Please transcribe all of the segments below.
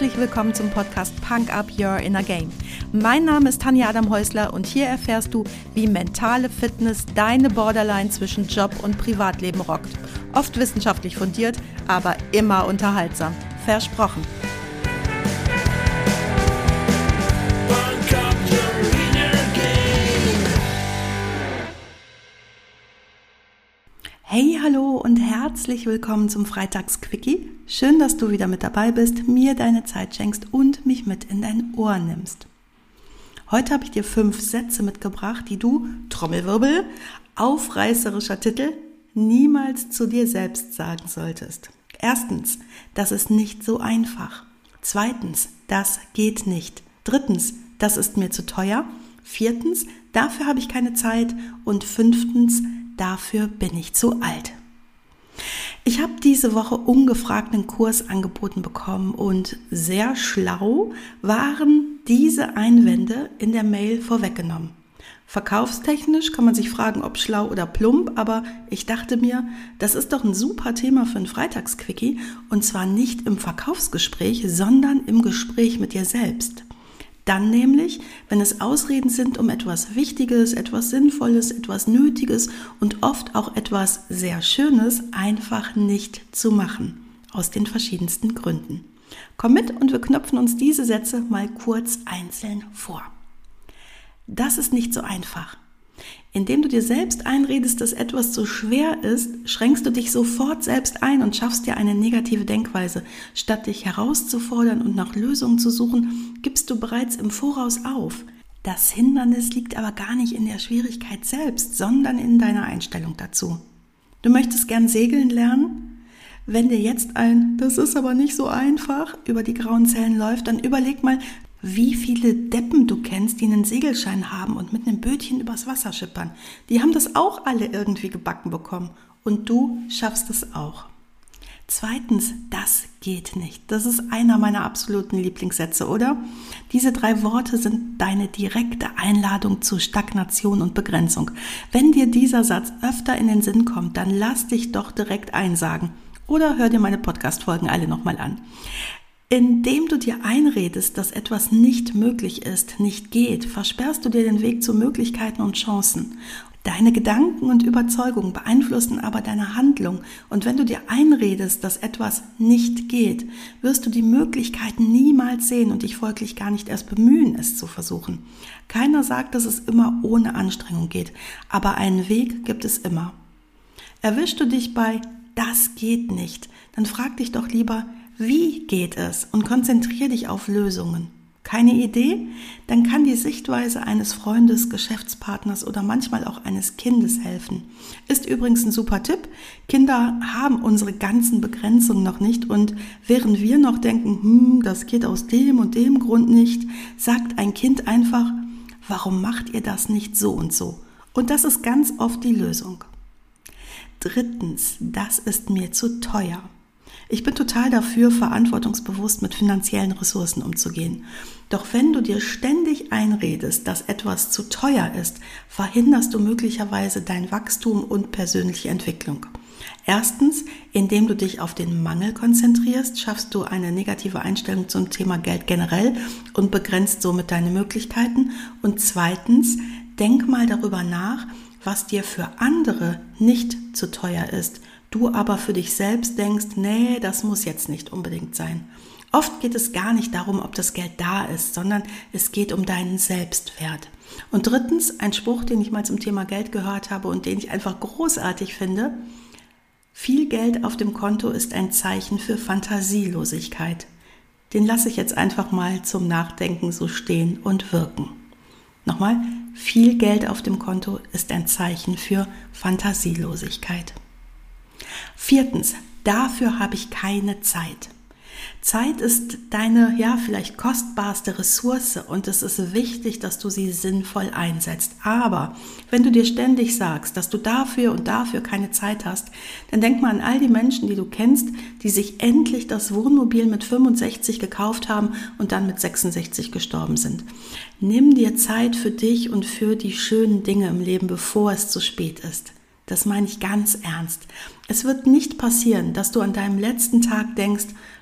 herzlich willkommen zum Podcast Punk Up Your Inner Game. Mein Name ist Tanja Adam-Häusler und hier erfährst du, wie mentale Fitness deine Borderline zwischen Job und Privatleben rockt. Oft wissenschaftlich fundiert, aber immer unterhaltsam. Versprochen. Hey, hallo und herzlich willkommen zum Freitags-Quickie. Schön, dass du wieder mit dabei bist, mir deine Zeit schenkst und mich mit in dein Ohr nimmst. Heute habe ich dir 5 Sätze mitgebracht, die du, Trommelwirbel, aufreißerischer Titel, niemals zu dir selbst sagen solltest. Erstens, das ist nicht so einfach. Zweitens, das geht nicht. Drittens, das ist mir zu teuer. Viertens, dafür habe ich keine Zeit. Und fünftens, dafür bin ich zu alt. Ich habe diese Woche ungefragt einen Kurs angeboten bekommen und sehr schlau waren diese Einwände in der Mail vorweggenommen. Verkaufstechnisch kann man sich fragen, ob schlau oder plump, aber ich dachte mir, das ist doch ein super Thema für ein Freitagsquickie und zwar nicht im Verkaufsgespräch, sondern im Gespräch mit dir selbst. Dann nämlich, wenn es Ausreden sind, um etwas Wichtiges, etwas Sinnvolles, etwas Nötiges und oft auch etwas sehr Schönes einfach nicht zu machen. Aus den verschiedensten Gründen. Komm mit und wir knöpfen uns diese Sätze mal kurz einzeln vor. Das ist nicht so einfach. Indem du dir selbst einredest, dass etwas zu schwer ist, schränkst du dich sofort selbst ein und schaffst dir eine negative Denkweise. Statt dich herauszufordern und nach Lösungen zu suchen, gibst du bereits im Voraus auf. Das Hindernis liegt aber gar nicht in der Schwierigkeit selbst, sondern in deiner Einstellung dazu. Du möchtest gern segeln lernen? Wenn dir jetzt das ist aber nicht so einfach, über die grauen Zellen läuft, dann überleg mal, wie viele Deppen du kennst, die einen Segelschein haben und mit einem Bötchen übers Wasser schippern. Die haben das auch alle irgendwie gebacken bekommen. Und du schaffst es auch. Zweitens, das geht nicht. Das ist einer meiner absoluten Lieblingssätze, oder? Diese 3 Worte sind deine direkte Einladung zu Stagnation und Begrenzung. Wenn dir dieser Satz öfter in den Sinn kommt, dann lass dich doch direkt einsagen. Oder hör dir meine Podcast-Folgen alle nochmal an. Indem du dir einredest, dass etwas nicht möglich ist, nicht geht, versperrst du dir den Weg zu Möglichkeiten und Chancen. Deine Gedanken und Überzeugungen beeinflussen aber deine Handlung. Und wenn du dir einredest, dass etwas nicht geht, wirst du die Möglichkeiten niemals sehen und dich folglich gar nicht erst bemühen, es zu versuchen. Keiner sagt, dass es immer ohne Anstrengung geht, aber einen Weg gibt es immer. Erwischst du dich bei "das geht nicht", dann frag dich doch lieber, wie geht es? Und konzentriere dich auf Lösungen. Keine Idee? Dann kann die Sichtweise eines Freundes, Geschäftspartners oder manchmal auch eines Kindes helfen. Ist übrigens ein super Tipp. Kinder haben unsere ganzen Begrenzungen noch nicht und während wir noch denken, das geht aus dem und dem Grund nicht, sagt ein Kind einfach, warum macht ihr das nicht so und so? Und das ist ganz oft die Lösung. Drittens, das ist mir zu teuer. Ich bin total dafür, verantwortungsbewusst mit finanziellen Ressourcen umzugehen. Doch wenn du dir ständig einredest, dass etwas zu teuer ist, verhinderst du möglicherweise dein Wachstum und persönliche Entwicklung. Erstens, indem du dich auf den Mangel konzentrierst, schaffst du eine negative Einstellung zum Thema Geld generell und begrenzt somit deine Möglichkeiten. Und zweitens, denk mal darüber nach, was dir für andere nicht zu teuer ist. Du aber für dich selbst denkst, nee, das muss jetzt nicht unbedingt sein. Oft geht es gar nicht darum, ob das Geld da ist, sondern es geht um deinen Selbstwert. Und drittens, ein Spruch, den ich mal zum Thema Geld gehört habe und den ich einfach großartig finde: Viel Geld auf dem Konto ist ein Zeichen für Fantasielosigkeit. Den lasse ich jetzt einfach mal zum Nachdenken so stehen und wirken. Nochmal, viel Geld auf dem Konto ist ein Zeichen für Fantasielosigkeit. Viertens, dafür habe ich keine Zeit. Zeit ist deine, vielleicht kostbarste Ressource und es ist wichtig, dass du sie sinnvoll einsetzt. Aber wenn du dir ständig sagst, dass du dafür und dafür keine Zeit hast, dann denk mal an all die Menschen, die du kennst, die sich endlich das Wohnmobil mit 65 gekauft haben und dann mit 66 gestorben sind. Nimm dir Zeit für dich und für die schönen Dinge im Leben, bevor es zu spät ist. Das meine ich ganz ernst. Es wird nicht passieren, dass du an deinem letzten Tag denkst,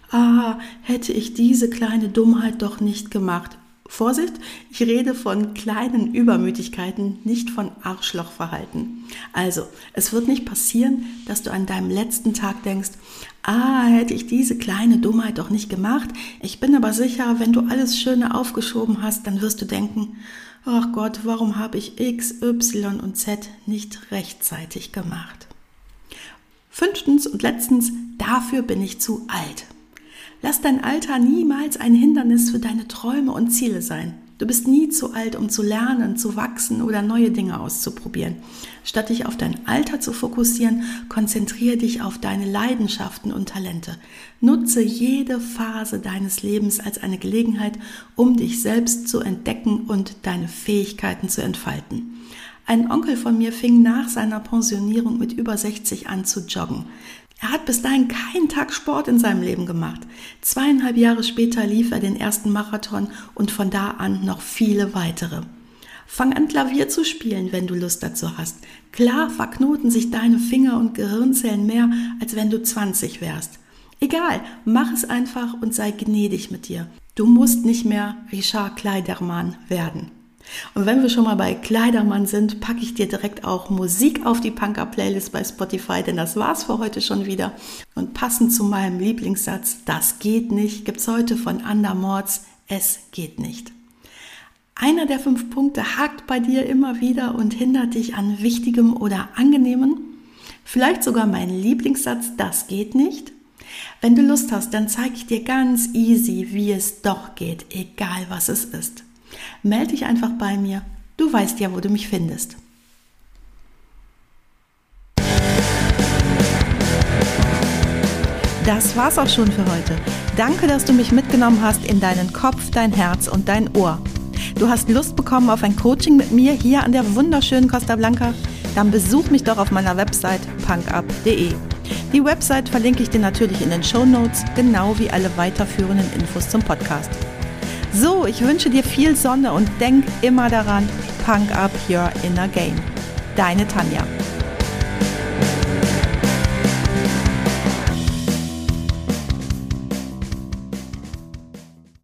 hätte ich diese kleine Dummheit doch nicht gemacht. Vorsicht, ich rede von kleinen Übermütigkeiten, nicht von Arschlochverhalten. Also, es wird nicht passieren, dass du an deinem letzten Tag denkst, hätte ich diese kleine Dummheit doch nicht gemacht. Ich bin aber sicher, wenn du alles Schöne aufgeschoben hast, dann wirst du denken, ach Gott, warum habe ich X, Y und Z nicht rechtzeitig gemacht? 5. und letztens, dafür bin ich zu alt. Lass dein Alter niemals ein Hindernis für deine Träume und Ziele sein. Du bist nie zu alt, um zu lernen, zu wachsen oder neue Dinge auszuprobieren. Statt dich auf dein Alter zu fokussieren, konzentriere dich auf deine Leidenschaften und Talente. Nutze jede Phase deines Lebens als eine Gelegenheit, um dich selbst zu entdecken und deine Fähigkeiten zu entfalten. Ein Onkel von mir fing nach seiner Pensionierung mit über 60 an zu joggen. Er hat bis dahin keinen Tag Sport in seinem Leben gemacht. 2,5 Jahre später lief er den ersten Marathon und von da an noch viele weitere. Fang an, Klavier zu spielen, wenn du Lust dazu hast. Klar verknoten sich deine Finger und Gehirnzellen mehr, als wenn du 20 wärst. Egal, mach es einfach und sei gnädig mit dir. Du musst nicht mehr Richard Kleiderman werden. Und wenn wir schon mal bei Kleidermann sind, packe ich dir direkt auch Musik auf die Punk-Up-Playlist bei Spotify, denn das war's für heute schon wieder. Und passend zu meinem Lieblingssatz, das geht nicht, gibt's heute von Ander Mords, es geht nicht. Einer der 5 Punkte hakt bei dir immer wieder und hindert dich an Wichtigem oder Angenehmem. Vielleicht sogar mein Lieblingssatz, das geht nicht. Wenn du Lust hast, dann zeige ich dir ganz easy, wie es doch geht, egal was es ist. Melde dich einfach bei mir. Du weißt ja, wo du mich findest. Das war's auch schon für heute. Danke, dass du mich mitgenommen hast in deinen Kopf, dein Herz und dein Ohr. Du hast Lust bekommen auf ein Coaching mit mir hier an der wunderschönen Costa Blanca? Dann besuch mich doch auf meiner Website punkup.de. Die Website verlinke ich dir natürlich in den Shownotes, genau wie alle weiterführenden Infos zum Podcast. So, ich wünsche dir viel Sonne und denk immer daran, Punk up your inner game. Deine Tanja.